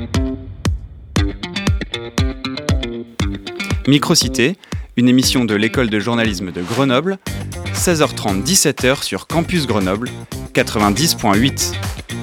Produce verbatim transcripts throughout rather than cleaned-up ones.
Microcité, une émission de l'école de journalisme de Grenoble, seize heures trente, dix-sept heures sur Campus Grenoble, quatre-vingt-dix point huit.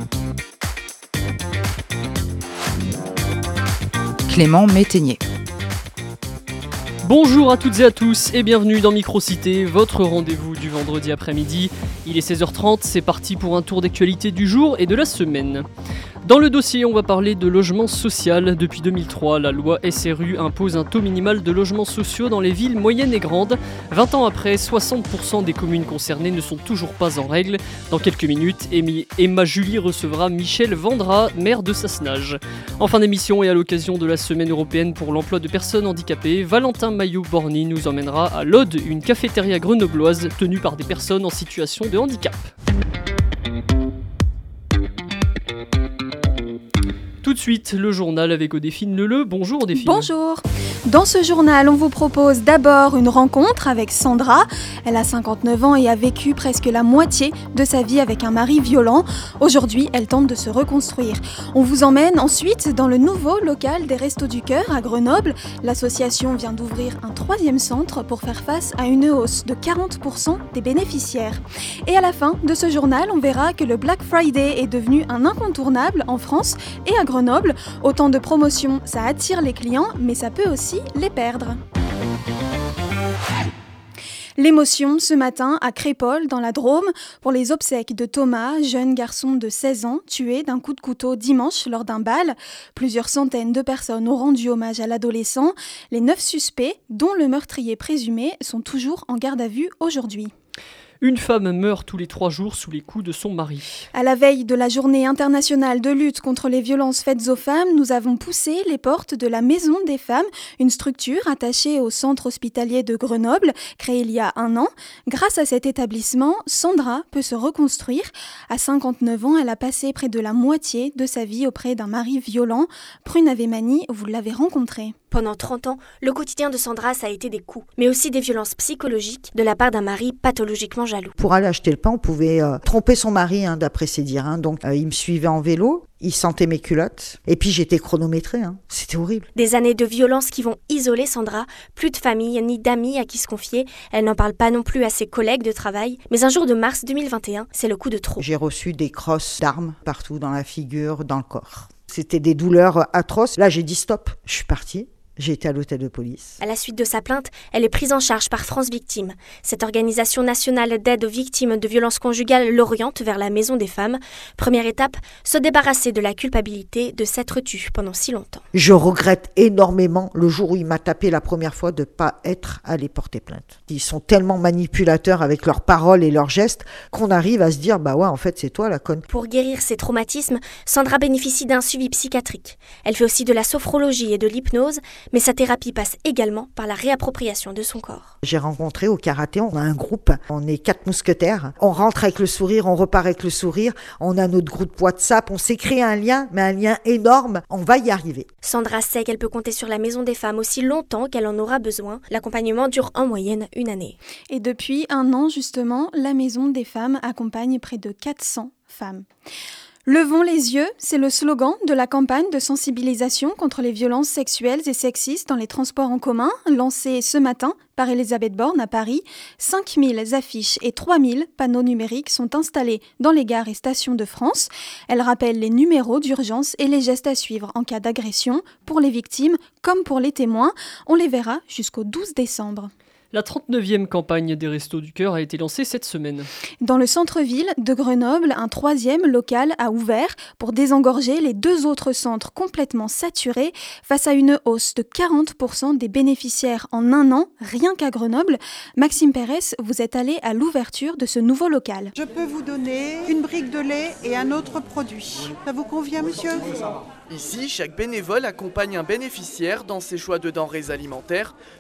Clément Métainier. Bonjour à toutes et à tous et bienvenue dans Microcité, votre rendez-vous du vendredi après-midi. Il est seize heures trente, c'est parti pour un tour d'actualité du jour et de la semaine. Dans le dossier, on va parler de logement social. Depuis deux mille trois, la loi S R U impose un taux minimal de logements sociaux dans les villes moyennes et grandes. vingt ans après, soixante pour cent des communes concernées ne sont toujours pas en règle. Dans quelques minutes, Emma Julie recevra Michel Vendra, maire de Sassenage. En fin d'émission et à l'occasion de la semaine européenne pour l'emploi de personnes handicapées, Valentin Maillot-Borny nous emmènera à l'Aude, une cafétéria grenobloise tenue par des personnes en situation de handicap. Tout de suite, le journal avec Odéphine Leleu. Bonjour Odéphine. Bonjour. Dans ce journal, on vous propose d'abord une rencontre avec Sandra. Elle a cinquante-neuf ans et a vécu presque la moitié de sa vie avec un mari violent. Aujourd'hui, elle tente de se reconstruire. On vous emmène ensuite dans le nouveau local des Restos du Cœur à Grenoble. L'association vient d'ouvrir un troisième centre pour faire face à une hausse de quarante pour cent des bénéficiaires. Et à la fin de ce journal, on verra que le Black Friday est devenu un incontournable en France et à Grenoble. Grenoble. Autant de promotions, ça attire les clients, mais ça peut aussi les perdre. L'émotion ce matin à Crépol, dans la Drôme, pour les obsèques de Thomas, jeune garçon de seize ans, tué d'un coup de couteau dimanche lors d'un bal. Plusieurs centaines de personnes ont rendu hommage à l'adolescent. Les neuf suspects, dont le meurtrier présumé, sont toujours en garde à vue aujourd'hui. Une femme meurt tous les trois jours sous les coups de son mari. À la veille de la journée internationale de lutte contre les violences faites aux femmes, nous avons poussé les portes de la Maison des Femmes, une structure attachée au centre hospitalier de Grenoble, créée il y a un an. Grâce à cet établissement, Sandra peut se reconstruire. À cinquante-neuf ans, elle a passé près de la moitié de sa vie auprès d'un mari violent. Prune Avemani, vous l'avez rencontré. Pendant trente ans, le quotidien de Sandra, ça a été des coups, mais aussi des violences psychologiques de la part d'un mari pathologiquement jaloux. Pour aller acheter le pain, on pouvait euh, tromper son mari, hein, d'après ses dires. Hein. Donc, euh, il me suivait en vélo, il sentait mes culottes, et puis j'étais chronométrée. Hein. C'était horrible. Des années de violence qui vont isoler Sandra. Plus de famille ni d'amis à qui se confier. Elle n'en parle pas non plus à ses collègues de travail. Mais un jour de mars deux mille vingt et un, c'est le coup de trop. J'ai reçu des crosses d'armes partout dans la figure, dans le corps. C'était des douleurs atroces. Là, j'ai dit stop. Je suis partie. J'ai été à l'hôtel de police. À la suite de sa plainte, elle est prise en charge par France Victimes. Cette organisation nationale d'aide aux victimes de violences conjugales l'oriente vers la Maison des Femmes. Première étape, se débarrasser de la culpabilité de s'être tue pendant si longtemps. Je regrette énormément le jour où il m'a tapé la première fois de ne pas être allé porter plainte. Ils sont tellement manipulateurs avec leurs paroles et leurs gestes qu'on arrive à se dire bah ouais, en fait c'est toi la conne. Pour guérir ses traumatismes, Sandra bénéficie d'un suivi psychiatrique. Elle fait aussi de la sophrologie et de l'hypnose. Mais sa thérapie passe également par la réappropriation de son corps. J'ai rencontré au karaté, on a un groupe, on est quatre mousquetaires. On rentre avec le sourire, on repart avec le sourire. On a notre groupe WhatsApp, on s'est créé un lien, mais un lien énorme. On va y arriver. Sandra sait qu'elle peut compter sur la Maison des Femmes aussi longtemps qu'elle en aura besoin. L'accompagnement dure en moyenne une année. Et depuis un an justement, la Maison des Femmes accompagne près de quatre cents femmes. Levons les yeux, c'est le slogan de la campagne de sensibilisation contre les violences sexuelles et sexistes dans les transports en commun, lancée ce matin par Elisabeth Borne à Paris. cinq mille affiches et trois mille panneaux numériques sont installés dans les gares et stations de France. Elle rappelle les numéros d'urgence et les gestes à suivre en cas d'agression pour les victimes comme pour les témoins. On les verra jusqu'au douze décembre. La trente-neuvième campagne des Restos du Cœur a été lancée cette semaine. Dans le centre-ville de Grenoble, un troisième local a ouvert pour désengorger les deux autres centres complètement saturés face à une hausse de quarante pour cent des bénéficiaires en un an, rien qu'à Grenoble. Maxime Pérez, vous êtes allé à l'ouverture de ce nouveau local. Je peux vous donner une brique de lait et un autre produit. Ça vous convient, monsieur ? Ici, chaque bénévole accompagne un bénéficiaire dans ses choix de denrées alimentaires.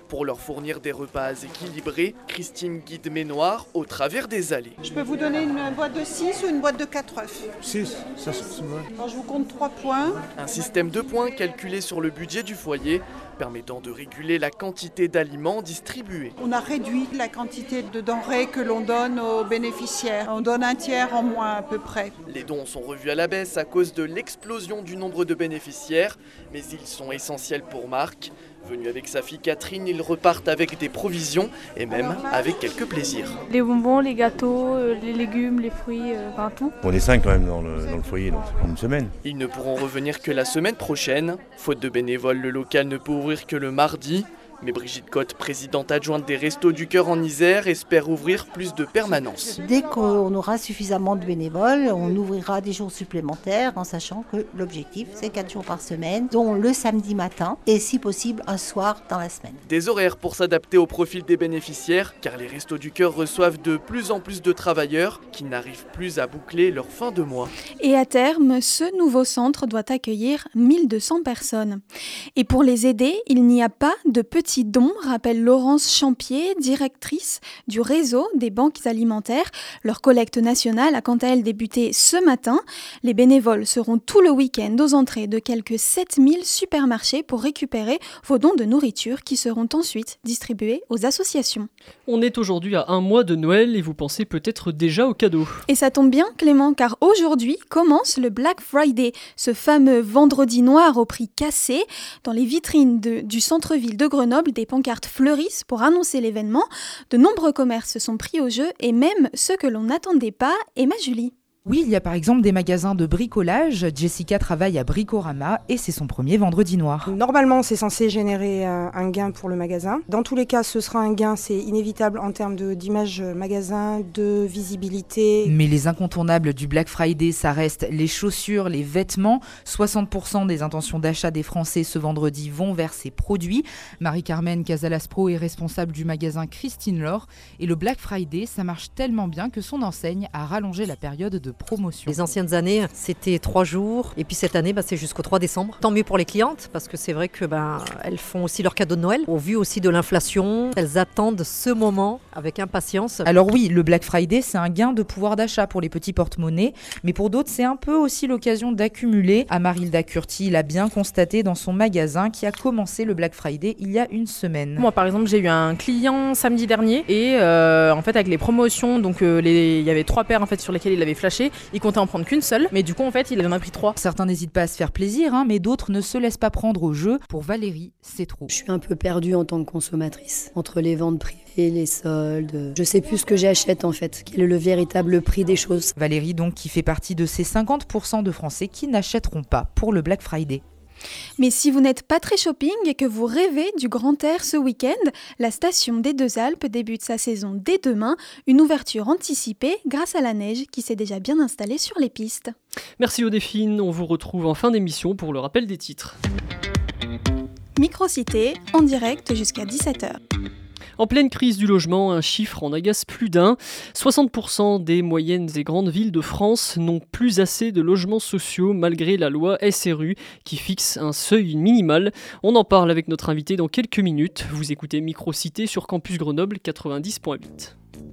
Pour leur fournir des repas équilibrés, Christine guide Ménoir au travers des allées. Je peux vous donner une boîte de six ou une boîte de quatre œufs? six, ça c'est vrai. Alors je vous compte trois points. Un système de points calculé sur le budget du foyer, permettant de réguler la quantité d'aliments distribués. On a réduit la quantité de denrées que l'on donne aux bénéficiaires. On donne un tiers en moins à peu près. Les dons sont revus à la baisse à cause de l'explosion du nombre de bénéficiaires, mais ils sont essentiels pour Marc. Venu avec sa fille Catherine, ils repartent avec des provisions et même avec quelques plaisirs. Les bonbons, les gâteaux, les légumes, les fruits, euh, enfin tout. On est cinq quand même dans le, dans le foyer, donc c'est une semaine. Ils ne pourront revenir que la semaine prochaine. Faute de bénévoles, le local ne peut ouvrir que le mardi. Mais Brigitte Cotte, présidente adjointe des Restos du Cœur en Isère, espère ouvrir plus de permanences. Dès qu'on aura suffisamment de bénévoles, on ouvrira des jours supplémentaires en sachant que l'objectif c'est quatre jours par semaine, dont le samedi matin et si possible un soir dans la semaine. Des horaires pour s'adapter au profil des bénéficiaires, car les Restos du Cœur reçoivent de plus en plus de travailleurs qui n'arrivent plus à boucler leur fin de mois. Et à terme, ce nouveau centre doit accueillir mille deux cents personnes. Et pour les aider, il n'y a pas de petits dons, rappelle Laurence Champier, directrice du réseau des banques alimentaires. Leur collecte nationale a quant à elle débuté ce matin. Les bénévoles seront tout le week-end aux entrées de quelques sept mille supermarchés pour récupérer vos dons de nourriture qui seront ensuite distribués aux associations. On est aujourd'hui à un mois de Noël et vous pensez peut-être déjà aux cadeaux. Et ça tombe bien Clément, car aujourd'hui commence le Black Friday, ce fameux vendredi noir au prix cassé. Dans les vitrines de, du centre-ville de Grenoble, des pancartes fleurissent pour annoncer l'événement. De nombreux commerces se sont pris au jeu et même ceux que l'on n'attendait pas. Emma Julie. Oui, il y a par exemple des magasins de bricolage. Jessica travaille à Bricorama et c'est son premier vendredi noir. Normalement, c'est censé générer un, un gain pour le magasin. Dans tous les cas, ce sera un gain, c'est inévitable en termes de, d'image magasin, de visibilité. Mais les incontournables du Black Friday, ça reste les chaussures, les vêtements. soixante pour cent des intentions d'achat des Français ce vendredi vont vers ces produits. Marie-Carmen Casalaspro est responsable du magasin Christine Laure. Et le Black Friday, ça marche tellement bien que son enseigne a rallongé la période de promotion. Les anciennes années, c'était trois jours et puis cette année, bah, c'est jusqu'au trois décembre. Tant mieux pour les clientes parce que c'est vrai que bah, elles font aussi leur cadeau de Noël. Au vu aussi de l'inflation, elles attendent ce moment avec impatience. Alors oui, le Black Friday, c'est un gain de pouvoir d'achat pour les petits porte-monnaies, mais pour d'autres, c'est un peu aussi l'occasion d'accumuler. Amarilda Curti l'a bien constaté dans son magasin qui a commencé le Black Friday il y a une semaine. Moi, par exemple, j'ai eu un client samedi dernier et euh, en fait, avec les promotions, donc euh, les... il y avait trois paires en fait sur lesquelles il avait flashé. Il comptait en prendre qu'une seule, mais du coup en fait il en a pris trois. Certains n'hésitent pas à se faire plaisir, hein, mais d'autres ne se laissent pas prendre au jeu. Pour Valérie, c'est trop. Je suis un peu perdue en tant que consommatrice, entre les ventes privées, les soldes. Je sais plus ce que j'achète en fait, quel est le véritable prix des choses. Valérie donc qui fait partie de ces cinquante pour cent de Français qui n'achèteront pas pour le Black Friday. Mais si vous n'êtes pas très shopping et que vous rêvez du grand air ce week-end, la station des Deux Alpes débute sa saison dès demain, une ouverture anticipée grâce à la neige qui s'est déjà bien installée sur les pistes. Merci Odéphine, on vous retrouve en fin d'émission pour le rappel des titres. Microcité, en direct jusqu'à dix-sept heures. En pleine crise du logement, un chiffre en agace plus d'un. soixante pour cent des moyennes et grandes villes de France n'ont plus assez de logements sociaux malgré la loi S R U qui fixe un seuil minimal. On en parle avec notre invité dans quelques minutes. Vous écoutez Microcité sur Campus Grenoble quatre-vingt-dix point huit.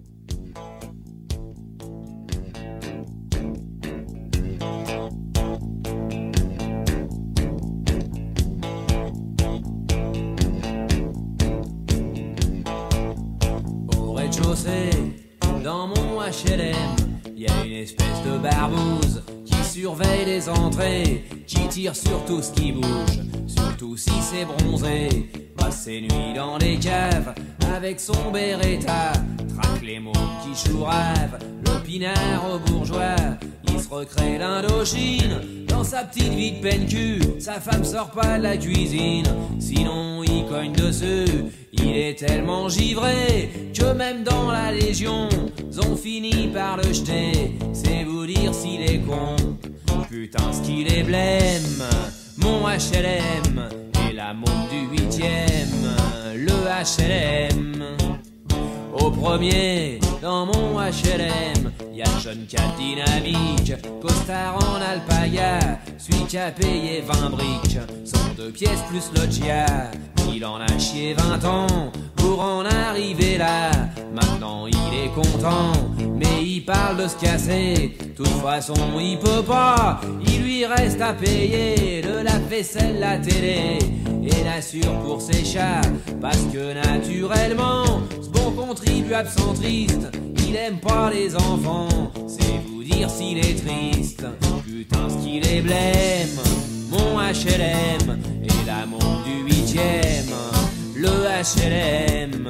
Dans mon H L M, il y a une espèce de barbouze qui surveille les entrées, qui tire sur tout ce qui bouge, surtout si c'est bronzé. Passe ses nuits dans les caves avec son Beretta, traque les mômes qui chourave, le pinard au bourgeois. Il se recrée l'Indochine dans sa petite vie de peine cul. Sa femme sort pas de la cuisine, sinon il cogne dessus. Il est tellement givré que même dans la Légion, ont fini par le jeter. C'est vous dire s'il est con, putain ce qu'il est blême. Mon H L M et la môme du huitième, le H L M. Au premier, dans mon H L M, y'a le jeune cap dynamique, costard en alpaga, celui qui a payé vingt briques, sont deux pièces plus loggia. Il en a chié vingt ans pour en arriver là. Maintenant il est content, mais il parle de se casser. Toute façon il peut pas, il lui reste à payer le lave-vaisselle, la télé et l'assure pour ses chats. Parce que naturellement, ce bon contribuable centriste, il aime pas les enfants, c'est vous dire s'il est triste. Putain ce qu'il est blême, mon H L M et la montre du huitième, le H L M.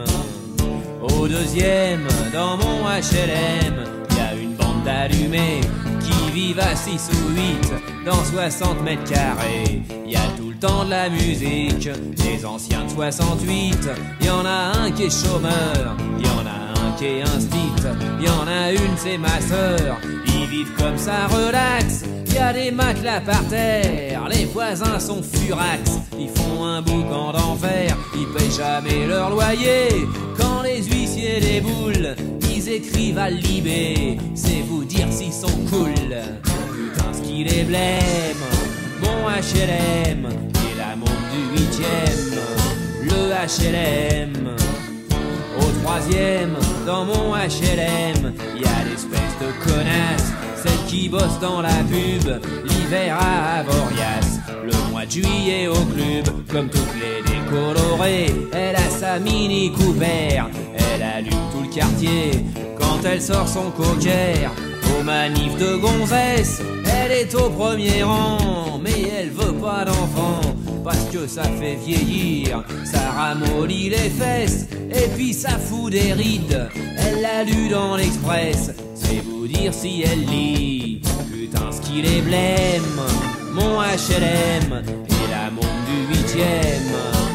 Au deuxième, dans mon H L M, y a une bande d'allumés qui vivent à six ou huit dans soixante mètres carrés. Y a tout le temps de la musique, des anciens de soixante-huit. Y en a un qui est chômeur, y en a un qui est instit. Y en a une, c'est ma sœur, ils vivent comme ça relax. Y a des matelas par terre, les voisins sont furax. Ils font un boucan d'enfer, ils payent jamais leur loyer. Quand les huissiers déboulent, ils écrivent à Libé, c'est vous dire s'ils sont cool. Putain ce qu'il est blême, mon H L M et la montre du huitième, le H L M. Au troisième, dans mon H L M, y a l'espèce de connasse, celle qui bosse dans la pub, l'hiver à Avoriaz, le mois de juillet au club, comme toutes les décolorées. Elle a sa Mini Cooper, elle allume tout le quartier quand elle sort son cocker. Aux manifs de gonzesse, elle est au premier rang, mais elle veut pas d'enfant, parce que ça fait vieillir, ça ramollit les fesses, et puis ça fout des rides. Elle l'a lu dans l'Express, c'est vous dire si elle lit. Putain ce qu'il est blême, mon H L M et la montre du huitième,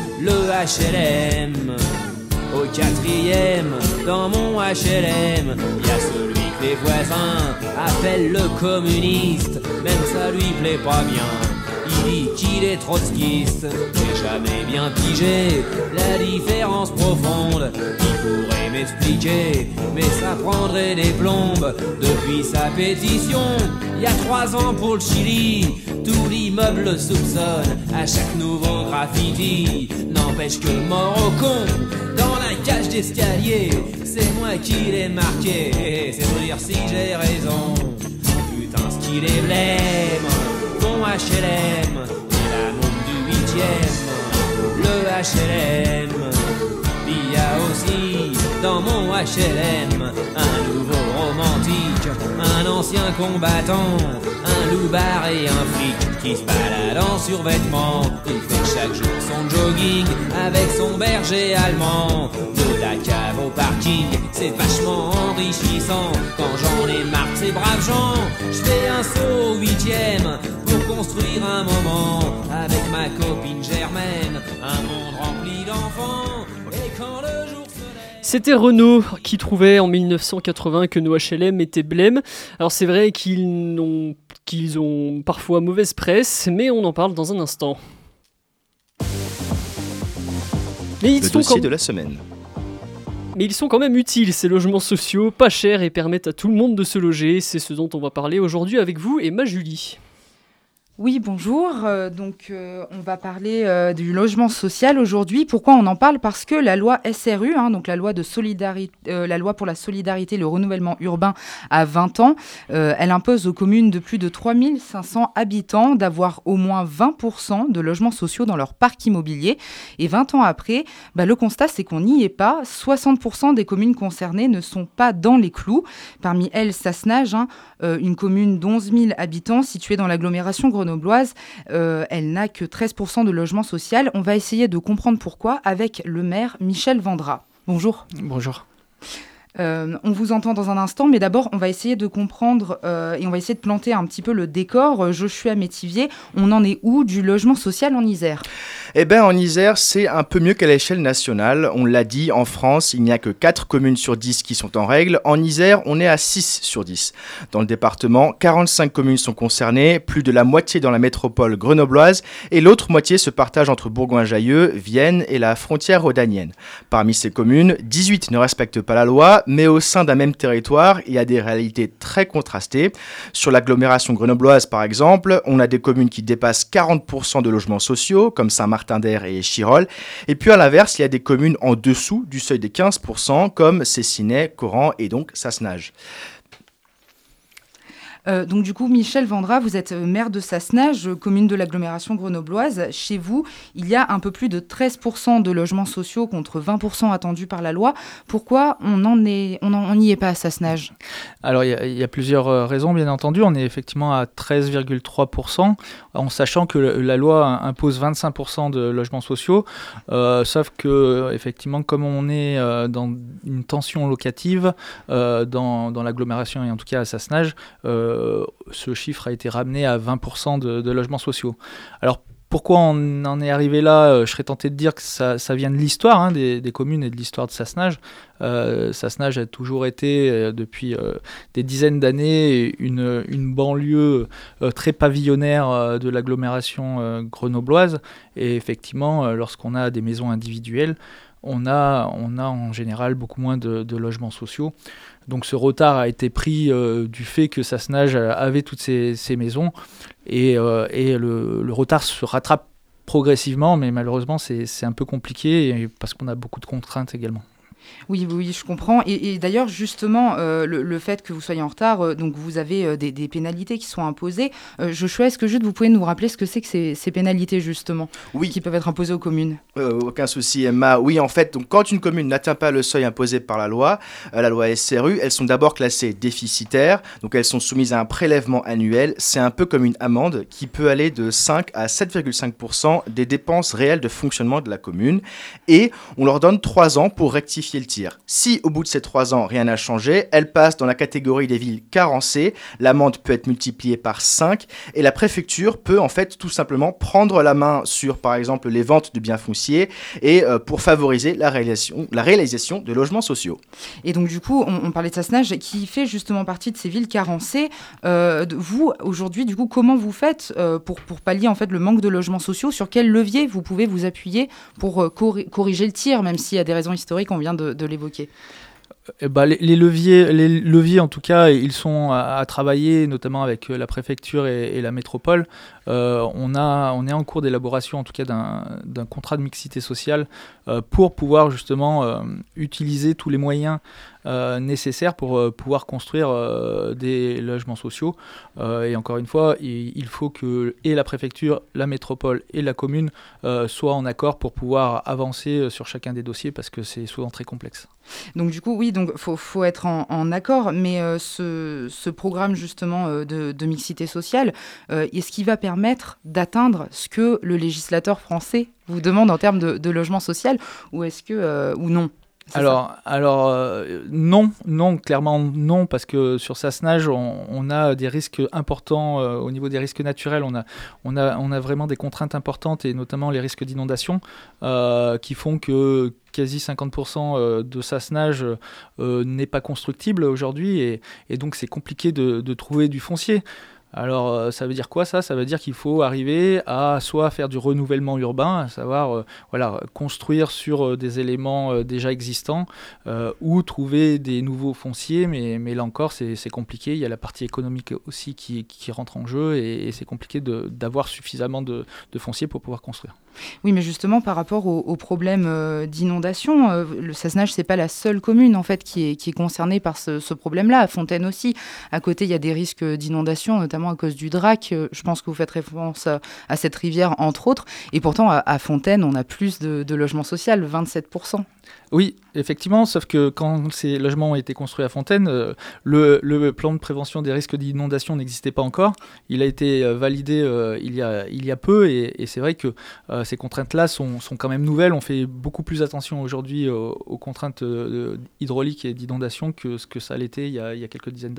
le H L M. Au quatrième, dans mon H L M, y a celui que les voisins appellent le communiste, même ça lui plaît pas bien. Il dit qu'il est trotskiste, j'ai jamais bien pigé la différence profonde. Il pourrait m'expliquer, mais ça prendrait des plombes. Depuis sa pétition, il y a trois ans pour le Chili, tout l'immeuble le soupçonne à chaque nouveau graffiti. N'empêche que mort au con, dans la cage d'escalier, c'est moi qui l'ai marqué, c'est vous dire si j'ai raison. Putain ce qu'il est blême, mon H L M et la montre du huitième, le H L M. Il y a aussi dans mon H L M un nouveau romantique, un ancien combattant, un loupard et un flic qui se balade en survêtement. Il fait chaque jour son jogging avec son berger allemand. De la cave au parking, c'est vachement enrichissant. Quand j'en ai marre de ces braves gens, je fais un saut au huitième pour construire un moment avec ma copine Germaine, un monde rempli d'enfants. Et quand le jour se lève... C'était Renault qui trouvait en mille neuf cent quatre-vingts que nos H L M étaient blêmes. Alors c'est vrai qu'ils n'ont, qu'ils ont parfois mauvaise presse, mais on en parle dans un instant. Mais ils Le sont dossier quand... de la semaine. Mais ils sont quand même utiles, ces logements sociaux, pas chers et permettent à tout le monde de se loger. C'est ce dont on va parler aujourd'hui avec vous et ma Julie. Oui, bonjour. Euh, donc, euh, on va parler euh, du logement social aujourd'hui. Pourquoi on en parle ? Parce que la loi S R U, hein, donc la loi de solidarité, euh, la loi pour la solidarité et le renouvellement urbain, à vingt ans, euh, elle impose aux communes de plus de trois mille cinq cents habitants d'avoir au moins vingt pour cent de logements sociaux dans leur parc immobilier. Et vingt ans après, bah, le constat, c'est qu'on n'y est pas. soixante pour cent des communes concernées ne sont pas dans les clous. Parmi elles, Sassenage, hein, euh, une commune d'onze mille habitants située dans l'agglomération grenobloise. Euh, elle n'a que treize pour cent de logement social. On va essayer de comprendre pourquoi avec le maire Michel Vendra. Bonjour. Bonjour. Euh, on vous entend dans un instant, mais d'abord, on va essayer de comprendre euh, et on va essayer de planter un petit peu le décor. Joshua Métivier, on en est où du logement social en Isère ? Eh bien, en Isère, c'est un peu mieux qu'à l'échelle nationale. On l'a dit, en France, il n'y a que quatre communes sur dix qui sont en règle. En Isère, on est à six sur dix. Dans le département, quarante-cinq communes sont concernées, plus de la moitié dans la métropole grenobloise, et l'autre moitié se partage entre Bourgoin-Jallieu, Vienne et la frontière rhodanienne. Parmi ces communes, dix-huit ne respectent pas la loi, mais au sein d'un même territoire, il y a des réalités très contrastées. Sur l'agglomération grenobloise, par exemple, on a des communes qui dépassent quarante pour cent de logements sociaux, comme Saint-Martin-d'Air et Chirol. Et puis à l'inverse, il y a des communes en dessous du seuil des quinze pour cent, comme Cessinay, Coran et donc Sassenage. Euh, donc du coup, Michel Vendra, vous êtes maire de Sassenage, commune de l'agglomération grenobloise. Chez vous, il y a un peu plus de treize pour cent de logements sociaux contre vingt pour cent attendus par la loi. Pourquoi on n'en est, on en, on n'y est pas à Sassenage ? Alors, il y, y a plusieurs raisons, bien entendu. On est effectivement à treize virgule trois pour cent, en sachant que la loi impose vingt-cinq pour cent de logements sociaux. Euh, sauf que, effectivement, comme on est euh, dans une tension locative euh, dans, dans l'agglomération, et en tout cas à Sassenage, euh, Euh, ce chiffre a été ramené à vingt pour cent de, de logements sociaux. Alors pourquoi on en est arrivé là ? euh, Je serais tenté de dire que ça, ça vient de l'histoire hein, des, des communes et de l'histoire de Sassenage. Euh, Sassenage a toujours été, euh, depuis euh, des dizaines d'années, une, une banlieue euh, très pavillonnaire euh, de l'agglomération euh, grenobloise. Et effectivement, euh, lorsqu'on a des maisons individuelles, on a, on a en général beaucoup moins de, de logements sociaux. Donc ce retard a été pris euh, du fait que Sassenage avait toutes ces, ces maisons et, euh, et le, le retard se rattrape progressivement, mais malheureusement c'est, c'est un peu compliqué parce qu'on a beaucoup de contraintes également. Oui, oui, je comprends. Et, et d'ailleurs, justement, euh, le, le fait que vous soyez en retard, euh, donc vous avez euh, des, des pénalités qui sont imposées. Euh, Joshua, est-ce que juste vous pouvez nous rappeler ce que c'est que ces, ces pénalités, justement, oui. qui peuvent être imposées aux communes ? euh, Aucun souci, Emma. Oui, en fait, donc, quand une commune n'atteint pas le seuil imposé par la loi, euh, la loi S R U, elles sont d'abord classées déficitaires, donc elles sont soumises à un prélèvement annuel. C'est un peu comme une amende qui peut aller de cinq à sept virgule cinq pour cent des dépenses réelles de fonctionnement de la commune. Et on leur donne trois ans pour rectifier le tir. Si au bout de ces trois ans, rien n'a changé, elle passe dans la catégorie des villes carencées, l'amende peut être multipliée par cinq et la préfecture peut en fait tout simplement prendre la main sur par exemple les ventes de biens fonciers et euh, pour favoriser la réalisation, la réalisation de logements sociaux. Et donc du coup, on, on parlait de Sassenage qui fait justement partie de ces villes carencées. Euh, vous, aujourd'hui, du coup, comment vous faites euh, pour, pour pallier en fait le manque de logements sociaux ? Sur quel levier vous pouvez vous appuyer pour euh, corri- corriger le tir, même s'il y a des raisons historiques, on vient de, de l'évoquer ? Eh ben, les, les, leviers, les leviers, en tout cas, ils sont à, à travailler, notamment avec la préfecture et, et la métropole. Euh, on, a, on est en cours d'élaboration, en tout cas, d'un, d'un contrat de mixité sociale euh, pour pouvoir justement euh, utiliser tous les moyens euh, nécessaires pour euh, pouvoir construire euh, des logements sociaux. Euh, et encore une fois, il, il faut que et la préfecture, la métropole et la commune euh, soient en accord pour pouvoir avancer sur chacun des dossiers parce que c'est souvent très complexe. Donc du coup, oui, donc faut faut être en, en accord, mais euh, ce, ce programme justement euh, de, de mixité sociale, euh, est-ce qu'il va permettre d'atteindre ce que le législateur français vous demande en termes de, de logement social, ou est-ce que euh, ou non ? C'est alors, alors euh, non, non, clairement non, parce que sur Sassenage, on, on a des risques importants euh, au niveau des risques naturels. On a, on a, on a vraiment des contraintes importantes, et notamment les risques d'inondation, euh, qui font que quasi cinquante pour cent de Sassenage euh, n'est pas constructible aujourd'hui, et, et donc c'est compliqué de, de trouver du foncier. Alors, euh, ça veut dire quoi ça ? Ça veut dire qu'il faut arriver à soit faire du renouvellement urbain, à savoir euh, voilà, construire sur euh, des éléments euh, déjà existants, euh, ou trouver des nouveaux fonciers, mais, mais là encore, c'est, c'est compliqué. Il y a la partie économique aussi qui, qui rentre en jeu, et, et c'est compliqué de, d'avoir suffisamment de, de fonciers pour pouvoir construire. Oui, mais justement, par rapport au, au problème euh, d'inondation, euh, le Sassenage, c'est pas la seule commune en fait qui est, qui est concernée par ce, ce problème-là. À Fontaine aussi, à côté, il y a des risques d'inondation, notamment à cause du Drac. Euh, je pense que vous faites référence à, à cette rivière, entre autres. Et pourtant, à, à Fontaine, on a plus de, de logements sociaux, vingt-sept pour cent. Oui, effectivement, sauf que quand ces logements ont été construits à Fontaine, euh, le, le plan de prévention des risques d'inondation n'existait pas encore. Il a été euh, validé euh, il, y a, il y a peu, et, et c'est vrai que euh, ces contraintes-là sont, sont quand même nouvelles. On fait beaucoup plus attention aujourd'hui aux, aux contraintes euh, hydrauliques et d'inondation que ce que ça l'était il y a, il y a quelques dizaines d'années.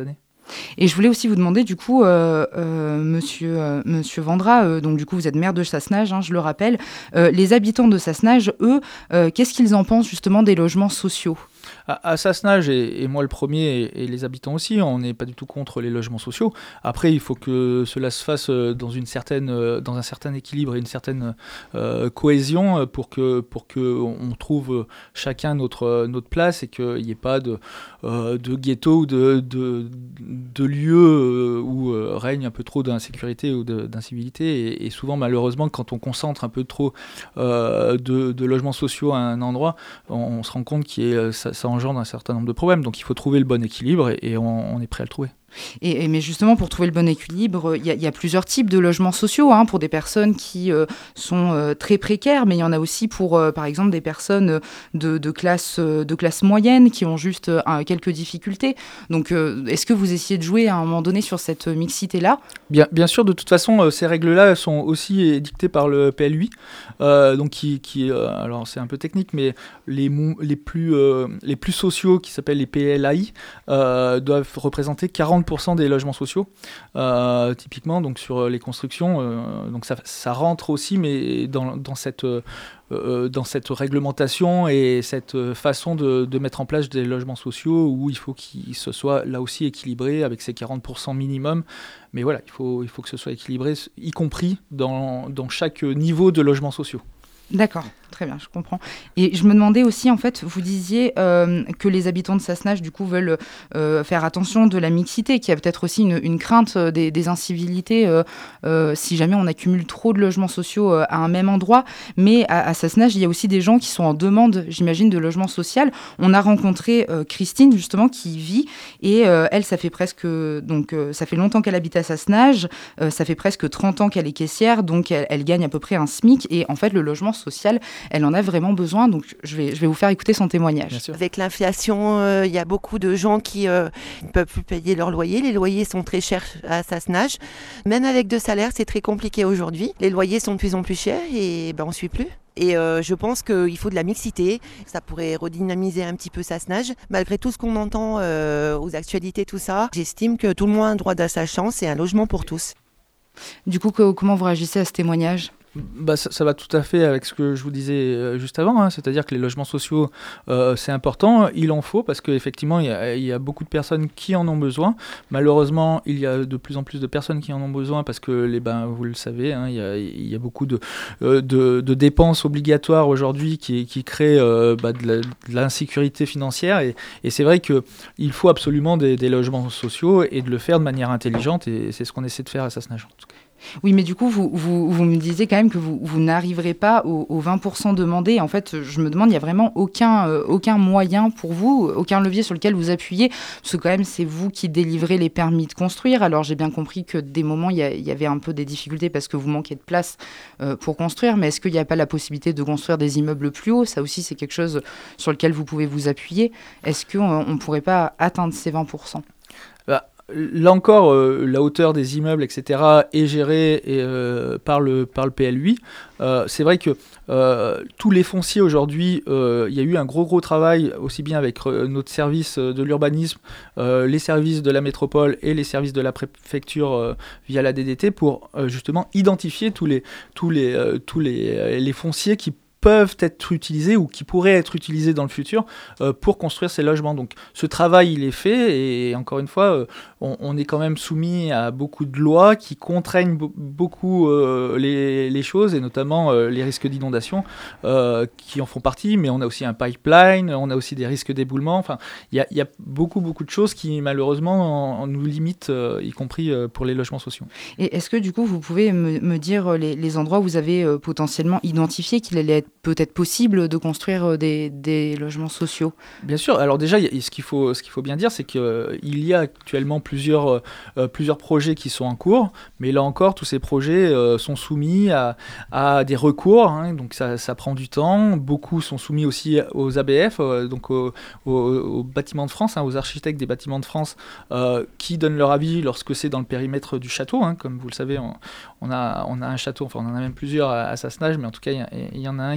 Et je voulais aussi vous demander, du coup, euh, euh, monsieur, euh, monsieur Vendra, euh, donc du coup vous êtes maire de Sassenage, hein, je le rappelle, euh, les habitants de Sassenage, eux, euh, qu'est-ce qu'ils en pensent justement des logements sociaux ? À, à Sassenage, et, et moi le premier, et, et les habitants aussi, on n'est pas du tout contre les logements sociaux. Après, il faut que cela se fasse dans, une certaine, dans un certain équilibre et une certaine euh, cohésion pour que, pour que on trouve chacun notre, notre place et qu'il n'y ait pas de, euh, de ghetto ou de, de, de lieux où euh, règne un peu trop d'insécurité ou de, d'incivilité. Et, et souvent, malheureusement, quand on concentre un peu trop euh, de, de logements sociaux à un endroit, on, on se rend compte qu'il y a, ça, ça engendre un certain nombre de problèmes. Donc il faut trouver le bon équilibre et, et on, on est prêt à le trouver. Et, et, mais justement, pour trouver le bon équilibre, il y, y a plusieurs types de logements sociaux, hein, pour des personnes qui euh, sont euh, très précaires, mais il y en a aussi pour, euh, par exemple, des personnes de, de, classe, euh, de classe moyenne qui ont juste euh, quelques difficultés. Donc, euh, est-ce que vous essayez de jouer à un moment donné sur cette mixité-là ? Bien, bien sûr, de toute façon, euh, ces règles-là sont aussi édictées par le P L huit, euh, donc qui, qui euh, alors c'est un peu technique, mais les, les, plus, euh, les plus sociaux, qui s'appellent les P L A I, euh, doivent représenter quarante pour cent des logements sociaux, euh, typiquement, donc sur les constructions. Euh, donc ça, ça rentre aussi, mais dans, dans, cette, euh, dans cette réglementation et cette façon de, de mettre en place des logements sociaux où il faut qu'il se soit là aussi équilibré avec ces quarante pour cent minimum. Mais voilà, il faut, il faut que ce soit équilibré, y compris dans, dans chaque niveau de logements sociaux. D'accord, très bien, je comprends. Et je me demandais aussi, en fait, vous disiez euh, que les habitants de Sassenage, du coup, veulent euh, faire attention de la mixité, qu'il y a peut-être aussi une, une crainte des, des incivilités euh, euh, si jamais on accumule trop de logements sociaux euh, à un même endroit. Mais à, à Sassenage, il y a aussi des gens qui sont en demande, j'imagine, de logement social. On a rencontré euh, Christine, justement, qui vit, et euh, elle, ça fait presque, donc, euh, ça fait longtemps qu'elle habite à Sassenage, euh, ça fait presque trente ans qu'elle est caissière, donc elle, elle gagne à peu près un SMIC, et en fait, le logement sociale, elle en a vraiment besoin, donc je vais, je vais vous faire écouter son témoignage. Avec l'inflation, il euh, y a beaucoup de gens qui euh, ne peuvent plus payer leur loyer. Les loyers sont très chers à Sassenage. Même avec deux salaires, c'est très compliqué aujourd'hui. Les loyers sont de plus en plus chers et ben, on ne suit plus. Et euh, je pense qu'il faut de la mixité, ça pourrait redynamiser un petit peu Sassenage. Malgré tout ce qu'on entend euh, aux actualités, tout ça, j'estime que tout le monde a droit à sa chance et un logement pour tous. Du coup, que, comment vous réagissez à ce témoignage ? Bah, ça, ça va tout à fait avec ce que je vous disais euh, juste avant, hein, c'est-à-dire que les logements sociaux, euh, c'est important, il en faut, parce qu'effectivement, il y, y a beaucoup de personnes qui en ont besoin. Malheureusement, il y a de plus en plus de personnes qui en ont besoin, parce que, les, ben, vous le savez, hein, il, y a, il y a beaucoup de, euh, de, de dépenses obligatoires aujourd'hui qui, qui créent euh, bah, de, la, de l'insécurité financière, et, et c'est vrai qu'il faut absolument des, des logements sociaux, et de le faire de manière intelligente, et c'est ce qu'on essaie de faire à Sassenage, en tout cas. Oui, mais du coup, vous, vous, vous me disiez quand même que vous, vous n'arriverez pas aux, aux vingt pour cent demandés. En fait, je me demande, il n'y a vraiment aucun, euh, aucun moyen pour vous, aucun levier sur lequel vous appuyez, parce que quand même, c'est vous qui délivrez les permis de construire. Alors, j'ai bien compris que des moments, il y, a, il y avait un peu des difficultés parce que vous manquez de place euh, pour construire, mais est-ce qu'il n'y a pas la possibilité de construire des immeubles plus hauts ? Ça aussi, c'est quelque chose sur lequel vous pouvez vous appuyer. Est-ce qu'on ne pourrait pas atteindre ces vingt pour cent ? Bah. Là encore, euh, la hauteur des immeubles, et cetera, est gérée et, euh, par, le, par le P L huit. Euh, c'est vrai que euh, tous les fonciers aujourd'hui, il euh, y a eu un gros gros travail, aussi bien avec euh, notre service de l'urbanisme, euh, les services de la métropole et les services de la préfecture euh, via la D D T, pour euh, justement identifier tous les, tous les, euh, tous les, les fonciers qui peuvent être utilisés ou qui pourraient être utilisés dans le futur euh, pour construire ces logements. Donc ce travail, il est fait, et encore une fois, euh, on, on est quand même soumis à beaucoup de lois qui contraignent bo- beaucoup euh, les, les choses, et notamment euh, les risques d'inondation euh, qui en font partie, mais on a aussi un pipeline, on a aussi des risques d'éboulement. Enfin, il y a, y a beaucoup, beaucoup de choses qui malheureusement en, en nous limitent, euh, y compris euh, pour les logements sociaux. Et est-ce que du coup, vous pouvez me, me dire les, les endroits où vous avez euh, potentiellement identifié qu'il allait être peut-être possible de construire des, des logements sociaux ? Bien sûr. Alors déjà, y a, ce, qu'il faut, ce qu'il faut bien dire, c'est qu'il euh, y a actuellement plusieurs, euh, plusieurs projets qui sont en cours, mais là encore, tous ces projets euh, sont soumis à, à des recours, hein, donc ça, ça prend du temps. Beaucoup sont soumis aussi aux A B F, euh, donc aux, aux, aux bâtiments de France, hein, aux architectes des bâtiments de France, euh, qui donnent leur avis lorsque c'est dans le périmètre du château. Hein, comme vous le savez, on, on, a, on a un château, enfin on en a même plusieurs à, à Sassenage, mais en tout cas, il y, y en a un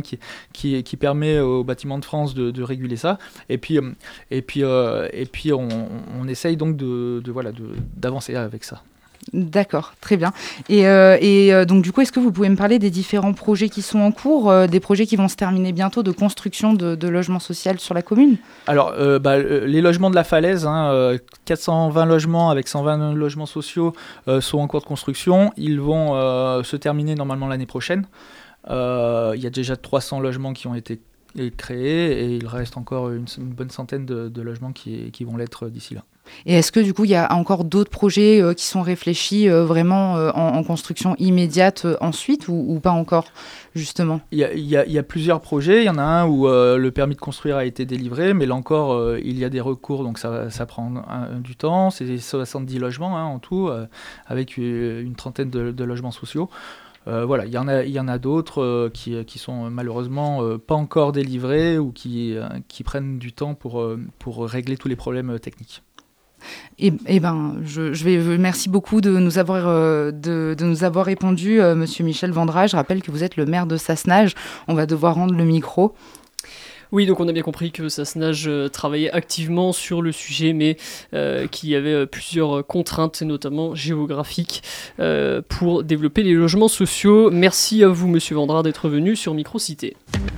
qui, qui, qui permet aux Bâtiments de France de, de réguler ça. Et puis, et puis, euh, et puis on, on essaye donc de, de, voilà, de, d'avancer avec ça. D'accord, très bien. Et, euh, et euh, donc du coup, est-ce que vous pouvez me parler des différents projets qui sont en cours, euh, des projets qui vont se terminer bientôt de construction de, de logements sociaux sur la commune ? Alors, euh, bah, les logements de la Falaise, hein, euh, quatre cent vingt logements avec cent vingt logements sociaux euh, sont en cours de construction. Ils vont euh, se terminer normalement l'année prochaine. Euh, il y a déjà trois cents logements qui ont été créés et il reste encore une, une bonne centaine de, de logements qui, qui vont l'être d'ici là. Et est-ce que du coup il y a encore d'autres projets euh, qui sont réfléchis euh, vraiment euh, en, en construction immédiate euh, ensuite ou, ou pas encore justement ? Il y a, il y a, il y a plusieurs projets. Il y en a un où euh, le permis de construire a été délivré, mais là encore euh, il y a des recours, donc ça, ça prend un, du temps. C'est soixante-dix logements hein, en tout, euh, avec une trentaine de, de logements sociaux. Euh, voilà, il y en a, il y en a d'autres euh, qui, qui sont malheureusement euh, pas encore délivrés ou qui, euh, qui prennent du temps pour, euh, pour régler tous les problèmes euh, techniques. Eh, eh ben, je, je vais, merci beaucoup de nous avoir, euh, de, de nous avoir répondu, euh, Monsieur Michel Vendra. Je rappelle que vous êtes le maire de Sassenage. On va devoir rendre le micro. Oui, donc on a bien compris que Sassenage euh, travaillait activement sur le sujet, mais euh, qu'il y avait euh, plusieurs contraintes, notamment géographiques, euh, pour développer les logements sociaux. Merci à vous, Monsieur Vendra, d'être venu sur Microcité.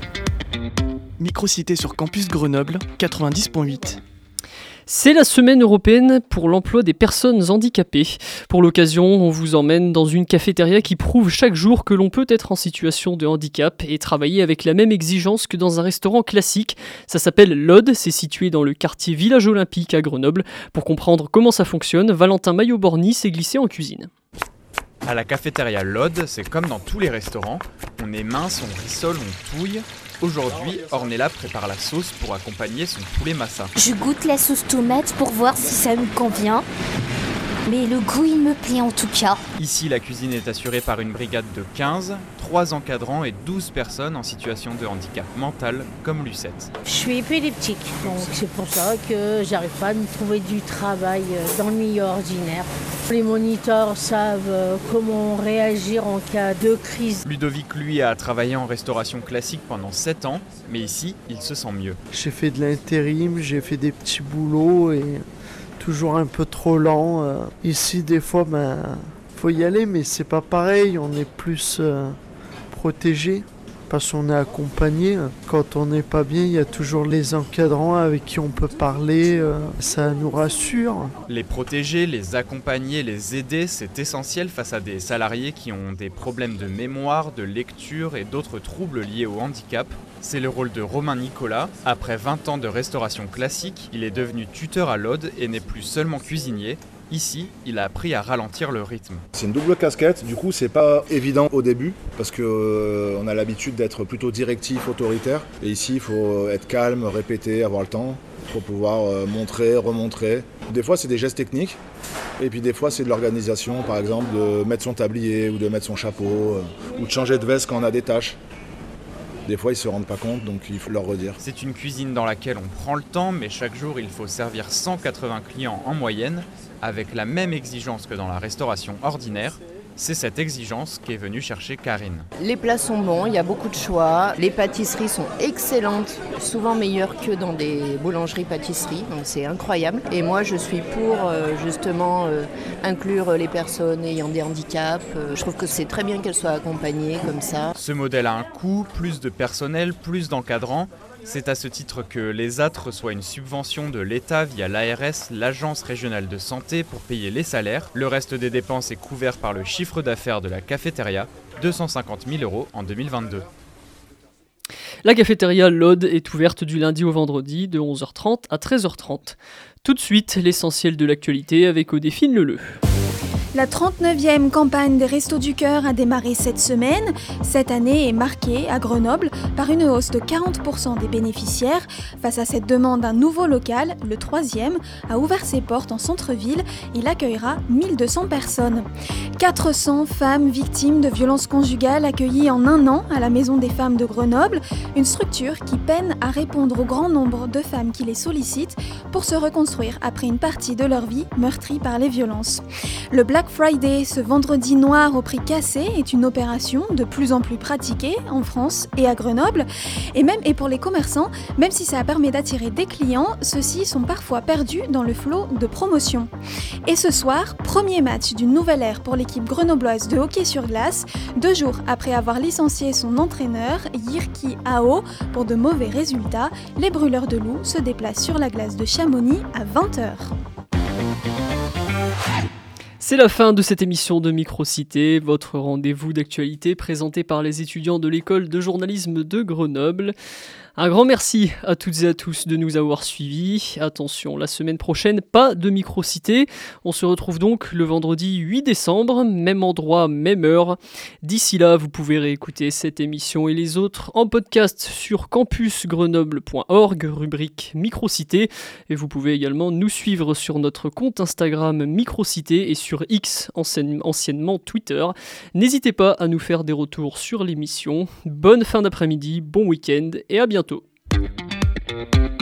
Microcité sur Campus Grenoble, quatre-vingt-dix virgule huit. C'est la semaine européenne pour l'emploi des personnes handicapées. Pour l'occasion, on vous emmène dans une cafétéria qui prouve chaque jour que l'on peut être en situation de handicap et travailler avec la même exigence que dans un restaurant classique. Ça s'appelle l'O D, c'est situé dans le quartier Village Olympique à Grenoble. Pour comprendre comment ça fonctionne, Valentin Maillot-Borny s'est glissé en cuisine. À la cafétéria l'O D, c'est comme dans tous les restaurants. On est mince, on rissole, on touille. Aujourd'hui, Ornella prépare la sauce pour accompagner son poulet massa. Je goûte la sauce tomate pour voir si ça me convient. Mais le goût, il me plaît en tout cas. Ici, la cuisine est assurée par une brigade de quinze, trois encadrants et douze personnes en situation de handicap mental, comme Lucette. Je suis épileptique, donc c'est pour ça que j'arrive pas à me trouver du travail dans le milieu ordinaire. Les moniteurs savent comment réagir en cas de crise. Ludovic, lui, a travaillé en restauration classique pendant sept ans, mais ici, il se sent mieux. J'ai fait de l'intérim, j'ai fait des petits boulots et toujours un peu trop lent. Euh, ici, des fois, ben, faut y aller, mais c'est pas pareil. On est plus euh, protégé parce qu'on est accompagné. Quand on n'est pas bien, il y a toujours les encadrants avec qui on peut parler. Euh, ça nous rassure. Les protéger, les accompagner, les aider, c'est essentiel face à des salariés qui ont des problèmes de mémoire, de lecture et d'autres troubles liés au handicap. C'est le rôle de Romain Nicolas. Après vingt ans de restauration classique, il est devenu tuteur à l'O D et n'est plus seulement cuisinier. Ici, il a appris à ralentir le rythme. C'est une double casquette, du coup c'est pas évident au début parce qu'on euh, a l'habitude d'être plutôt directif, autoritaire. Et ici il faut être calme, répéter, avoir le temps pour pouvoir euh, montrer, remontrer. Des fois c'est des gestes techniques et puis des fois c'est de l'organisation, par exemple de mettre son tablier ou de mettre son chapeau euh, ou de changer de veste quand on a des tâches. Des fois, ils ne se rendent pas compte, donc il faut leur redire. C'est une cuisine dans laquelle on prend le temps, mais chaque jour, il faut servir cent quatre-vingts clients en moyenne, avec la même exigence que dans la restauration ordinaire. C'est cette exigence qu'est venue chercher Karine. Les plats sont bons, il y a beaucoup de choix. Les pâtisseries sont excellentes, souvent meilleures que dans des boulangeries-pâtisseries, donc c'est incroyable. Et moi, je suis pour euh, justement euh, inclure les personnes ayant des handicaps. Euh, je trouve que c'est très bien qu'elles soient accompagnées comme ça. Ce modèle a un coût, plus de personnel, plus d'encadrants. C'est à ce titre que l'E S A T reçoit une subvention de l'État via l'A R S, l'Agence régionale de santé, pour payer les salaires. Le reste des dépenses est couvert par le chiffre d'affaires de la cafétéria, deux cent cinquante mille euros en deux mille vingt-deux. La cafétéria l'O D est ouverte du lundi au vendredi de onze heures trente à treize heures trente. Tout de suite, l'essentiel de l'actualité avec Odéphine Leleu. La trente-neuvième campagne des Restos du Cœur a démarré cette semaine. Cette année est marquée à Grenoble par une hausse de quarante pour cent des bénéficiaires. Face à cette demande, un nouveau local, le troisième, a ouvert ses portes en centre-ville. Il accueillera mille deux cents personnes. quatre cents femmes victimes de violences conjugales accueillies en un an à la Maison des Femmes de Grenoble, une structure qui peine à répondre au grand nombre de femmes qui les sollicitent pour se reconstruire après une partie de leur vie meurtrie par les violences. Le Black Black Friday, ce vendredi noir au prix cassé, est une opération de plus en plus pratiquée en France et à Grenoble. Et même et pour les commerçants, même si ça permet d'attirer des clients, ceux-ci sont parfois perdus dans le flot de promotion. Et ce soir, premier match d'une nouvelle ère pour l'équipe grenobloise de hockey sur glace, deux jours après avoir licencié son entraîneur, Yirki Ao, pour de mauvais résultats, les brûleurs de loups se déplacent sur la glace de Chamonix à vingt heures. C'est la fin de cette émission de Microcité, votre rendez-vous d'actualité présenté par les étudiants de l'école de journalisme de Grenoble. Un grand merci à toutes et à tous de nous avoir suivis. Attention, la semaine prochaine, pas de Microcité. On se retrouve donc le vendredi huit décembre, même endroit, même heure. D'ici là, vous pouvez réécouter cette émission et les autres en podcast sur campus grenoble point org, rubrique Microcité. Et vous pouvez également nous suivre sur notre compte Instagram Microcité et sur X, anciennement Twitter. N'hésitez pas à nous faire des retours sur l'émission. Bonne fin d'après-midi, bon week-end et à bientôt. Thank you.